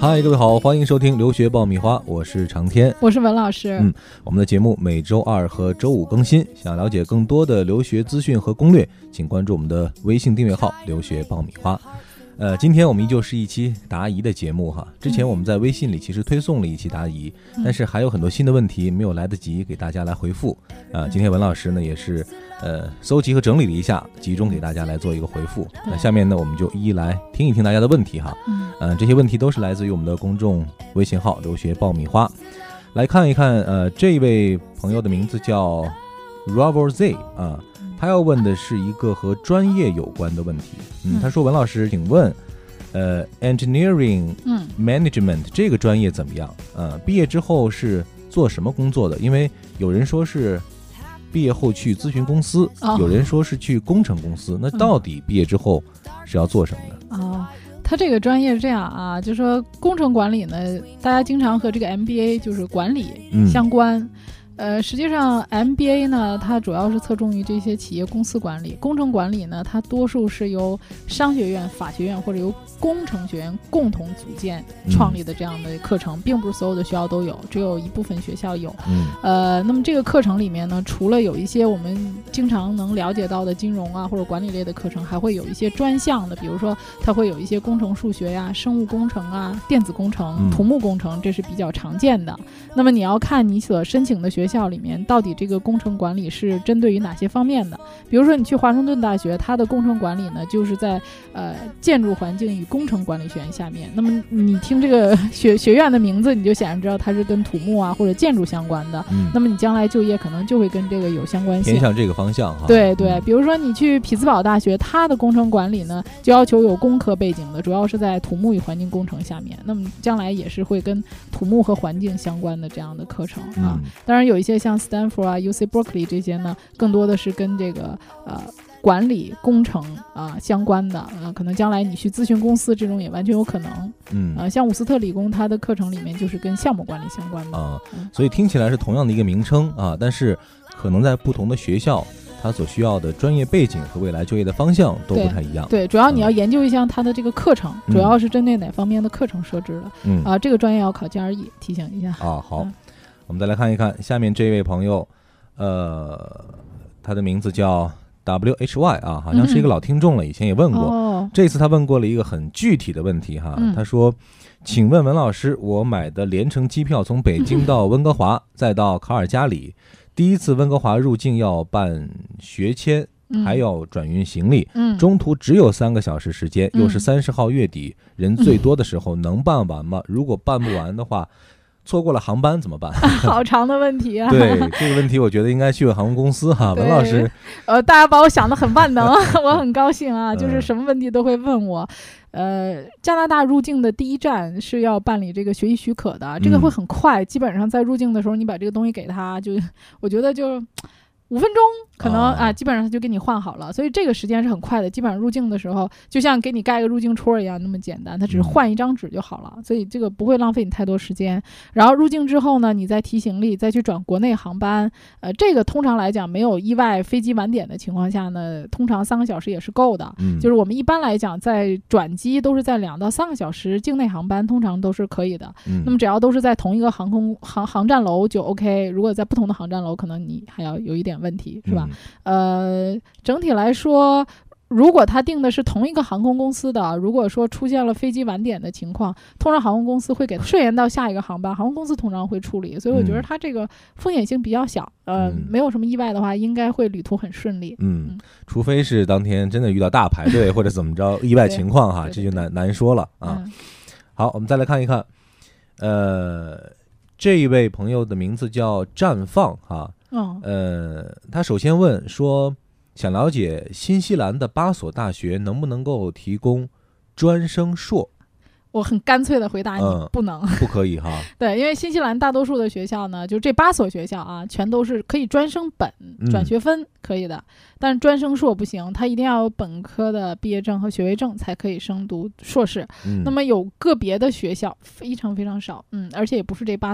嗨，各位好，欢迎收听留学爆米花，我是长天， 我是文老师。 我们的节目每周二和周五更新，想了解更多的留学资讯和攻略，请关注我们的微信订阅号留学爆米花。今天我们依旧是一期答疑的节目哈。之前我们在微信里其实推送了一期答疑，但是还有很多新的问题没有来得及给大家来回复。今天文老师呢也是搜集和整理了一下，集中给大家来做一个回复。那下面呢我们就一一来听一听大家的问题哈。这些问题都是来自于我们的公众微信号留学爆米花。来看一看这位朋友的名字叫 Rover Z 啊。他要问的是一个和专业有关的问题。他说文老师请问Engineering Management 这个专业怎么样？毕业之后是做什么工作的？因为有人说是毕业后去咨询公司，有人说是去工程公司，那到底毕业之后是要做什么的？ 他这个专业是这样啊，就是说工程管理呢，大家经常和这个 MBA 就是管理相关。实际上 MBA 呢，它主要是侧重于这些企业公司管理，工程管理呢，它多数是由商学院、法学院或者由工程学院共同组建创立的这样的课程，并不是所有的学校都有，只有一部分学校有。那么这个课程里面呢，除了有一些我们经常能了解到的金融啊或者管理类的课程，还会有一些专项的，比如说它会有一些工程数学呀、生物工程啊、电子工程、土木工程，这是比较常见的。那么你要看你所申请的学校里面到底这个工程管理是针对于哪些方面的。比如说你去华盛顿大学，它的工程管理呢就是在建筑环境与工程管理学院下面。那么你听这个学院的名字，你就显然知道它是跟土木啊或者建筑相关的。那么你将来就业可能就会跟这个有相关性， 偏向这个方向哈。 对对，比如说你去匹兹堡大学，它的工程管理呢就要求有工科背景的，主要是在土木与环境工程下面。那么将来也是会跟土木和环境相关的这样的课程啊。当然有一些像 Stanford 啊、UC Berkeley 这些呢，更多的是跟这个管理工程相关的可能将来你去咨询公司这种也完全有可能。像伍斯特理工它的课程里面就是跟项目管理相关的所以听起来是同样的一个名称啊，但是可能在不同的学校它所需要的专业背景和未来就业的方向都不太一样。 对，主要你要研究一下它的这个课程，主要是针对哪方面的课程设置的。这个专业要考 GRE， 提醒一下好。我们再来看一看下面这位朋友，他的名字叫 WHY 啊，好像是一个老听众了，以前也问过。这次他问过了一个很具体的问题哈。他说请问文老师，我买的联程机票从北京到温哥华再到卡尔加里，第一次温哥华入境要办学签，还要转运行李，中途只有3个小时时间，又是30号月底人最多的时候，能办完吗？如果办不完的话，错过了航班怎么办？ 好长的问题啊！ 对，这个问题我觉得应该去问航空公司哈。文老师， 大家把我想得很万能，我很高兴啊，就是什么问题都会问我。加拿大入境的第一站是要办理这个学习许可的，这个会很快，基本上在入境的时候你把这个东西给他，就我觉得就5分钟可能基本上他就给你换好了，所以这个时间是很快的。基本上入境的时候就像给你盖个入境戳一样那么简单，他只是换一张纸就好了，所以这个不会浪费你太多时间。然后入境之后呢，你再提行李，再去转国内航班。这个通常来讲没有意外飞机晚点的情况下呢，通常3个小时也是够的。就是我们一般来讲在转机都是在2到3个小时，境内航班通常都是可以的。那么只要都是在同一个航站楼就 OK， 如果在不同的航站楼可能你还要有一点问题是吧？整体来说如果他订的是同一个航空公司的，如果说出现了飞机晚点的情况，通常航空公司会给顺延到下一个航班，航空公司通常会处理，所以我觉得他这个风险性比较小。没有什么意外的话，应该会旅途很顺利。 除非是当天真的遇到大排队或者怎么着意外情况哈，这就难说了啊。好，我们再来看一看，这一位朋友的名字叫绽放哈。他首先问说，想了解新西兰的8所大学能不能够提供专升硕？ 我很干脆的回答你，不能， 不可以哈。 对，因为新西兰大多数的学校呢，就这8所学校啊，全都是可以专升本，转学分可以的，但是专升硕不行，它一定要有本科的毕业证和学位证才可以升读硕士。那么有个别的学校非常非常少，而且也不是这8所。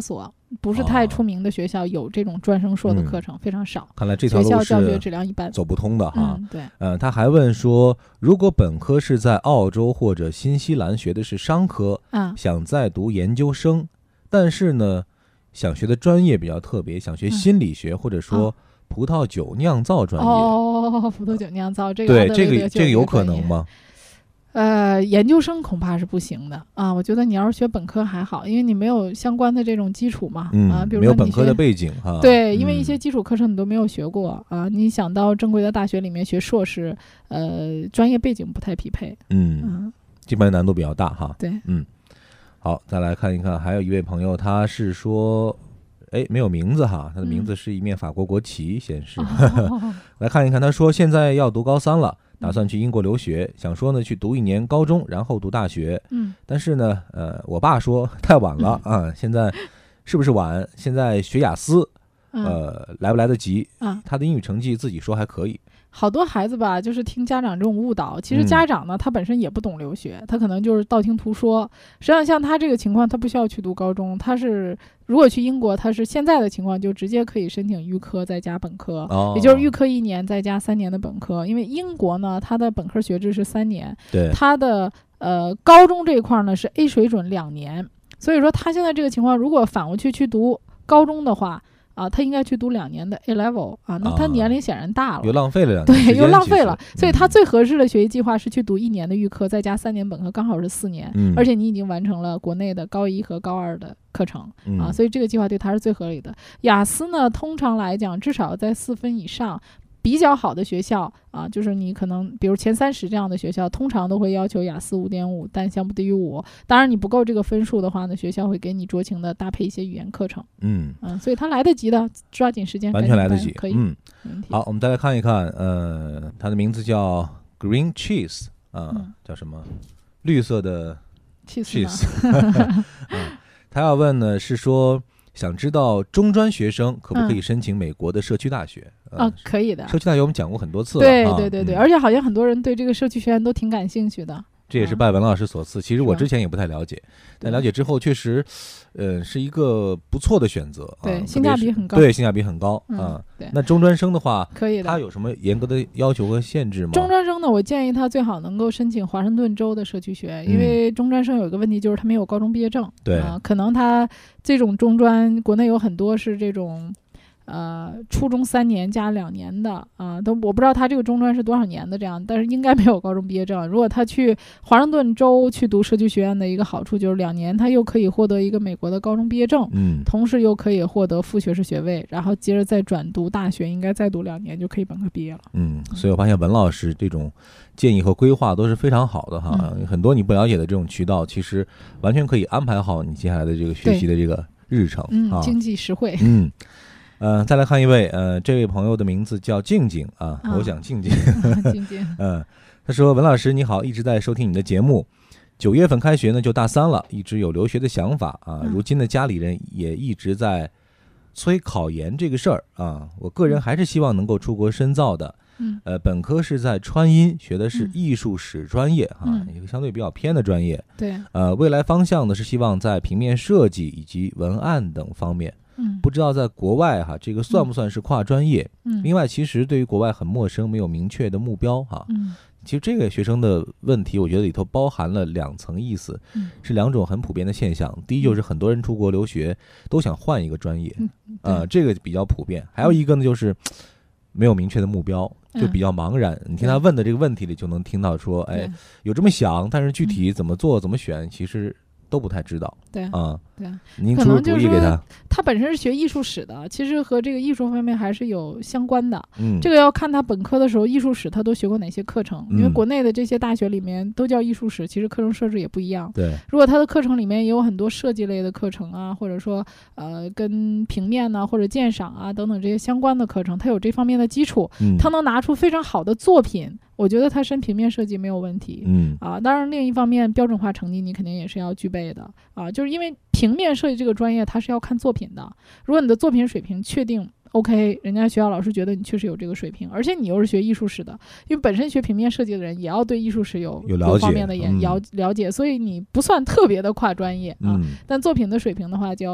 不是太出名的学校有这种专升硕的课程，非常少。 看来这条路学校教学质量一般， 走不通的哈。 对。 他还问说，如果本科是在澳洲或者新西兰学的是商科，想再读研究生，但是呢，想学的专业比较特别，想学心理学或者说葡萄酒酿造专业。 葡萄酒酿造这个对这个有可能吗？ 研究生恐怕是不行的啊。我觉得你要是学本科还好，因为你没有相关的这种基础嘛。比如说没有本科的背景哈。 对，因为一些基础课程你都没有学过啊。你想到正规的大学里面学硕士，专业背景不太匹配。 基本难度比较大哈。 对， 好，再来看一看，还有一位朋友，他是说，没有名字哈，他的名字是一面法国国旗显示。来看一看，他说现在要读高3了。打算去英国留学，想说呢去读1年高中，然后读大学。但是呢，我爸说太晚了啊，现在是不是晚？现在学雅思，来不来得及？他的英语成绩自己说还可以。 好多孩子吧，就是听家长这种误导。其实家长呢，他本身也不懂留学，他可能就是道听途说。实际上，像他这个情况，他不需要去读高中，他是如果去英国，他是现在的情况就直接可以申请预科再加本科，也就是预科1年再加3年的本科。因为英国呢，它的本科学制是3年， 对， 它的高中这一块呢是 A 水准2年，所以说他现在这个情况，如果反过去读高中的话。他应该去读2年的 A level 那他年龄显然大了， 又浪费了2年， 对，又浪费了，所以他最合适的学习计划是去读1年的预科，再加3年本科，刚好是4年，而且你已经完成了国内的高1和高2的课程所以这个计划对他是最合理的。雅思呢，通常来讲至少在4分以上。比较好的学校就是你可能比如前30这样的学校，通常都会要求雅思5.5，单项不低于5。当然你不够这个分数的话呢，学校会给你酌情的搭配一些语言课程。所以他来得及的，抓紧时间， 完全来得及， 可以。 好，我们再来看一看，他的名字叫 Green Cheese 叫什么？绿色的 cheese。他要问呢是说。想知道中专学生可不可以申请美国的社区大学？ 可以的。 社区大学我们讲过很多次了。 对，而且好像很多人对这个社区学院都挺感兴趣的。 这也是拜文老师所赐。其实我之前也不太了解，但了解之后确实，是一个不错的选择。 对，性价比很高。 对，性价比很高那中专生的话， 可以的。 他有什么严格的要求和限制吗？ 中专生呢，我建议他最好能够申请华盛顿州的社区学院，因为中专生有一个问题就是他没有高中毕业证。 对可能他这种中专，国内有很多是这种。初中3年加2年的我不知道他这个中专是多少年的这样，但是应该没有高中毕业证。如果他去华盛顿州去读社区学院的一个好处就是2年，他又可以获得一个美国的高中毕业证，同时又可以获得副学士学位，然后接着再转读大学，应该再读2年就可以本科毕业了。 所以我发现文老师这种建议和规划都是非常好的哈。很多你不了解的这种渠道，其实完全可以安排好你接下来的这个学习的这个日程经济实惠。 再来看一位，这位朋友的名字叫静静我想静静。 静静。 他说：“文老师你好，一直在收听你的节目。9月份开学呢，就大3了，一直有留学的想法如今的家里人也一直在催考研这个事儿我个人还是希望能够出国深造的。本科是在川音，学的是艺术史专业一个相对比较偏的专业。 对。 未来方向呢是希望在平面设计以及文案等方面。不知道在国外这个算不算是跨专业？另外，其实对于国外很陌生，没有明确的目标其实这个学生的问题，我觉得里头包含了2层意思，是2种很普遍的现象。第一就是很多人出国留学都想换一个专业，这个比较普遍。还有一个呢就是没有明确的目标，就比较茫然。你听他问的这个问题里就能听到说，有这么想，但是具体怎么做、怎么选，其实都不太知道。 对对， 您出出主意给他。 他本身是学艺术史的，其实和这个艺术方面还是有相关的。这个要看他本科的时候艺术史他都学过哪些课程，因为国内的这些大学里面都叫艺术史，其实课程设置也不一样。 对， 如果他的课程里面也有很多设计类的课程或者说跟平面或者鉴赏等等这些相关的课程，他有这方面的基础，他能拿出非常好的作品，我觉得他申平面设计没有问题。当然另一方面标准化成绩你肯定也是要具备的就是因为平面设计这个专业它是要看作品的，如果你的作品水平确定 OK， 人家学校老师觉得你确实有这个水平，而且你又是学艺术史的，因为本身学平面设计的人也要对艺术史有方面的了解，所以你不算特别的跨专业但作品的水平的话就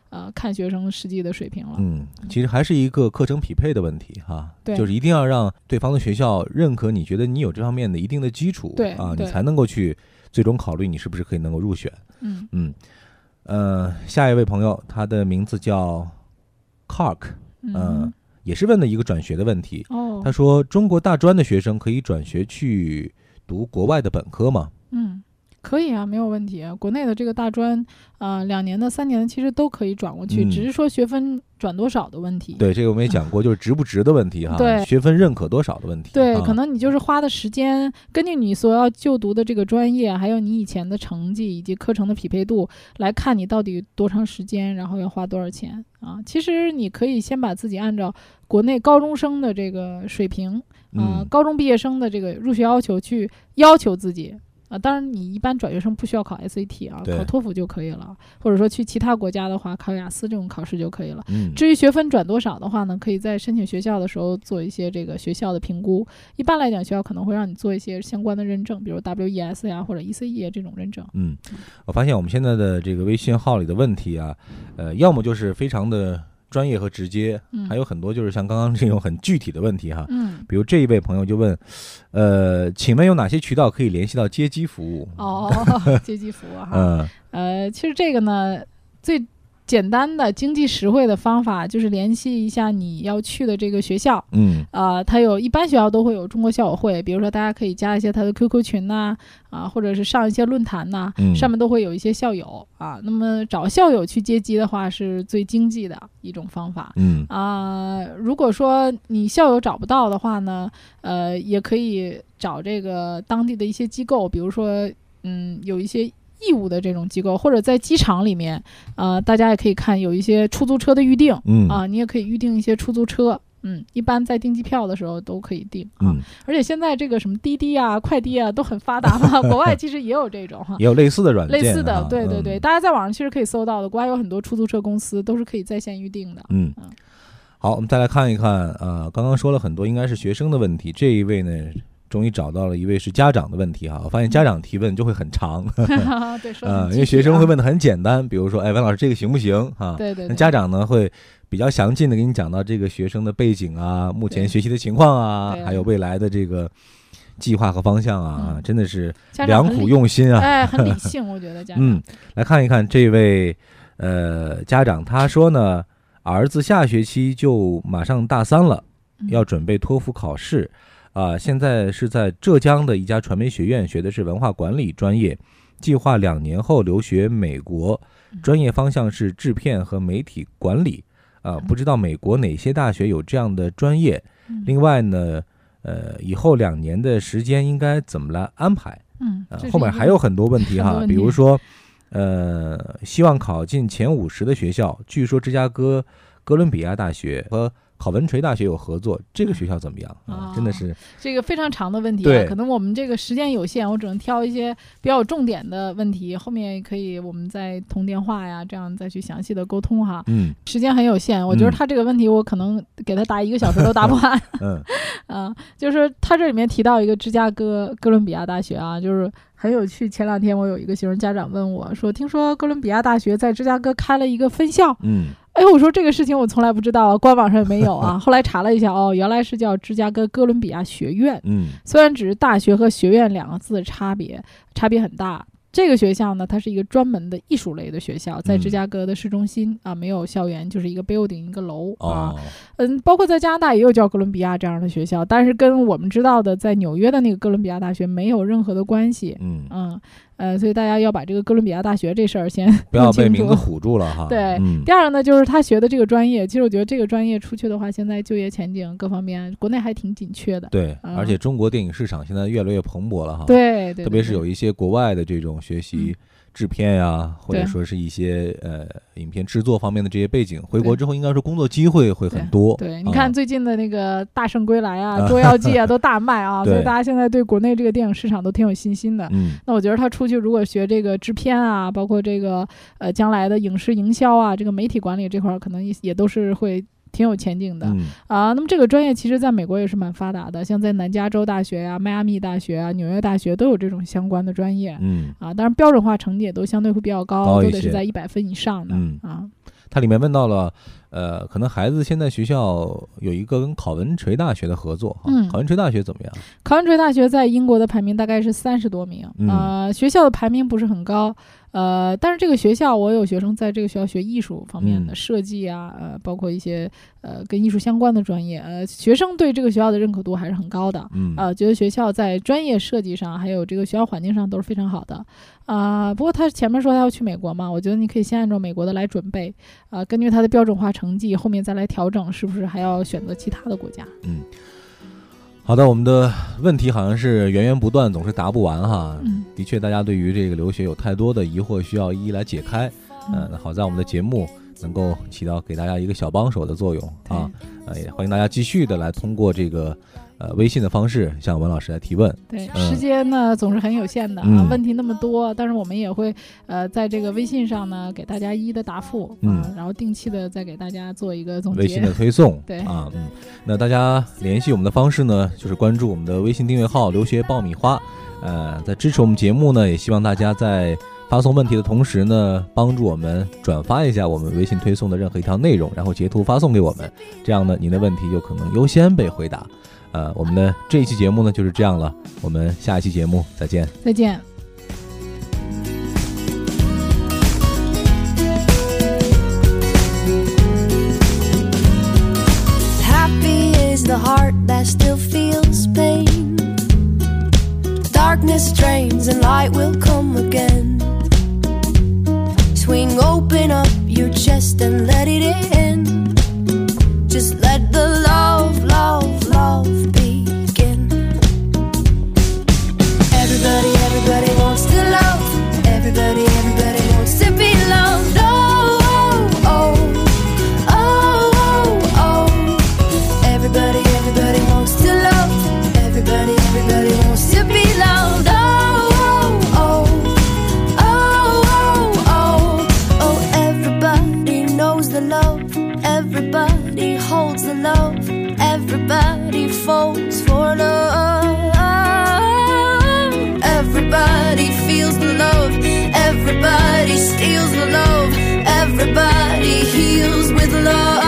看学生实际的水平了。 其实还是一个课程匹配的问题哈，就是一定要让对方的学校认可你觉得你有这方面的一定的基础，你才能够去最终考虑你是不是可以能够入选。下一位朋友他的名字叫 Kark，也是问的一个转学的问题。他说中国大专的学生可以转学去读国外的本科吗？ 可以啊，没有问题。国内的这个大专2年的3年的其实都可以转过去，只是说学分转多少的问题。 对，这个我们也讲过，就是值不值的问题哈。 对， 学分认可多少的问题。 对，可能你就是花的时间，根据你所要就读的这个专业，还有你以前的成绩以及课程的匹配度来看你到底多长时间，然后要花多少钱啊。其实你可以先把自己按照国内高中生的这个水平高中毕业生的这个入学要求去要求自己。当然你一般转学生不需要考 SAT 考托福就可以了，或者说去其他国家的话考雅思这种考试就可以了。至于学分转多少的话呢，可以在申请学校的时候做一些这个学校的评估。一般来讲学校可能会让你做一些相关的认证，比如 WES 呀或者 ECE 这种认证。 我发现我们现在的这个微信号里的问题要么就是非常的专业和直接，还有很多就是像刚刚这种很具体的问题哈。比如这一位朋友就问请问有哪些渠道可以联系到接机服务？ 接机服务哈。其实这个呢最简单的经济实惠的方法就是联系一下你要去的这个学校。它有一般学校都会有中国校友会，比如说大家可以加一些他的 QQ 群或者是上一些论坛上面都会有一些校友那么找校友去接机的话是最经济的一种方法。如果说你校友找不到的话呢也可以找这个当地的一些机构，比如说有一些义务的这种机构，或者在机场里面大家也可以看有一些出租车的预订你也可以预订一些出租车。一般在订机票的时候都可以订而且现在这个什么滴滴快递都很发达了国外其实也有这种也有类似的软件， 类似的，对对对，大家在网上其实可以搜到的，国外有很多出租车公司都是可以在线预订的。 好，我们再来看一看刚刚说了很多应该是学生的问题，这一位呢终于找到了一位是家长的问题我发现家长提问就会很长对， 因为学生会问的很简单，比如说文老师这个行不行对对， 那家长呢会比较详尽的给你讲到这个学生的背景目前学习的情况还有未来的这个计划和方向真的是良苦用心很理性我觉得家长来看一看这位家长，他说呢儿子下学期就马上大3了要准备托福考试现在是在浙江的一家传媒学院学的是文化管理专业，计划2年后留学美国，专业方向是制片和媒体管理不知道美国哪些大学有这样的专业，另外呢以后2年的时间应该怎么来安排后面还有很多问题比如说希望考进前50的学校，据说芝加哥哥伦比亚大学和考文垂大学有合作，这个学校怎么样真的是这个非常长的问题可能我们这个时间有限，我只能挑一些比较有重点的问题，后面可以我们再通电话这样再去详细的沟通时间很有限，我觉得他这个问题我可能给他答1个小时都答不完就是他这里面提到一个芝加哥哥伦比亚大学就是很有趣。前2天我有一个学生家长问我说，听说哥伦比亚大学在芝加哥开了一个分校我说这个事情我从来不知道官网上也没有后来查了一下原来是叫芝加哥哥伦比亚学院虽然只是大学和学院2个字的差别很大。这个学校呢它是一个专门的艺术类的学校，在芝加哥的市中心没有校园，就是一个 building 一个楼包括在加拿大也有叫哥伦比亚这样的学校，但是跟我们知道的在纽约的那个哥伦比亚大学没有任何的关系所以大家要把这个哥伦比亚大学这事儿先不要被名字唬住了对第二呢就是他学的这个专业，其实我觉得这个专业出去的话现在就业前景各方面国内还挺紧缺的对而且中国电影市场现在越来越蓬勃了对特别是有一些国外的这种学习制片或者说是一些影片制作方面的这些背景，回国之后应该说工作机会会很多对你看最近的那个大圣归来捉妖记都大卖所以大家现在对国内这个电影市场都挺有信心的那我觉得他出去如果学这个制片包括这个将来的影视营销这个媒体管理这块可能也都是会挺有前景的那么这个专业其实在美国也是蛮发达的，像在南加州大学迈阿密大学纽约大学都有这种相关的专业当然标准化成绩也都相对会比较高都得是在100分以上的它里面问到了可能孩子现在学校有一个跟考文垂大学的合作哈，考文垂大学怎么样？ 考文垂大学在英国的排名大概是30多名，学校的排名不是很高，但是这个学校我有学生在这个学校学艺术方面的设计啊，包括一些跟艺术相关的专业，学生对这个学校的认可度还是很高的，觉得学校在专业设计上还有这个学校环境上都是非常好的，不过他前面说他要去美国嘛，我觉得你可以先按照美国的来准备，根据他的标准化成绩后面再来调整是不是还要选择其他的国家。 好的，我们的问题好像是源源不断，总是答不完哈。的确大家对于这个留学有太多的疑惑需要一一来解开，那好在我们的节目能够起到给大家一个小帮手的作用啊，也欢迎大家继续的来通过这个微信的方式向文老师来提问。 对，时间呢总是很有限的问题那么多，但是我们也会在这个微信上呢给大家一一的答复，然后定期的再给大家做一个总结， 微信的推送。 对那大家联系我们的方式呢，就是关注我们的微信订阅号留学爆米花，在支持我们节目呢，也希望大家在发送问题的同时呢，帮助我们转发一下我们微信推送的任何一条内容，然后截图发送给我们，这样呢您的问题就可能优先被回答。我们的这一期节目呢就是这样了，我们下一期节目再见。 再见。 Happy is the heart that still feels pain. Darkness drains and light will come again. Swing open up your chest and let it in. Just let the love, love, love begin. Everybody, everybody wants to love. Everybody, everybody wants to be loved. Oh, oh, oh, oh, oh, oh. Everybody, everybody wants to love. Everybody, everybody wants to be loved. Oh, oh, oh, oh, oh, oh, oh. Everybody knows the love. Everybody holds the love. Everybody falls for love. Everybody feels the love. Everybody steals the love. Everybody heals with love.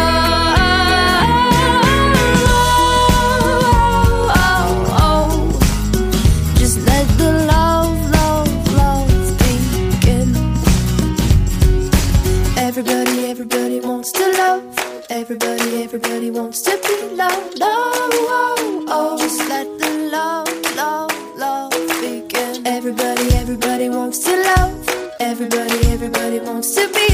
Oh, oh. Just let the love, love, love begin. Everybody, everybody wants to love. Everybody, everybody wants to be loved. Oh, oh, oh. Just let the love, love, love begin. Everybody, everybody wants to love. Everybody, everybody wants to be